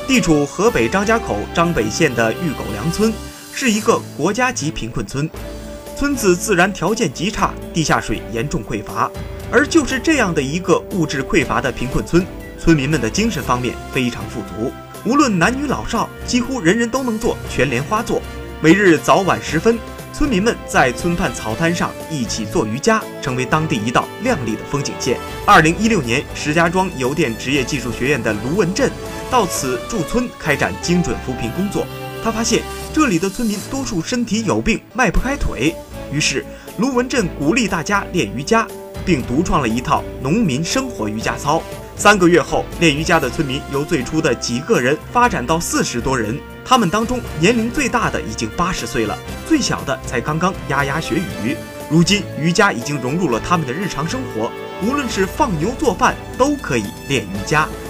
地处河北张家口张北县的玉狗梁村，是一个国家级贫困村。村子自然条件极差，地下水严重匮乏。而就是这样的一个物质匮乏的贫困村，村民们的精神方面非常富足，无论男女老少，几乎人人都能做全莲花座。每日早晚时分，村民们在村畔草滩上一起做瑜伽，成为当地一道亮丽的风景线。2016年，石家庄邮电职业技术学院的卢文振到此驻村开展精准扶贫工作。他发现这里的村民多数身体有病，迈不开腿，于是卢文振鼓励大家练瑜伽，并独创了一套农民生活瑜伽操。3个月后，练瑜伽的村民由最初的几个人发展到40多人。他们当中年龄最大的已经80岁了，最小的才刚刚牙牙学语。如今瑜伽已经融入了他们的日常生活，无论是放牛做饭，都可以练瑜伽。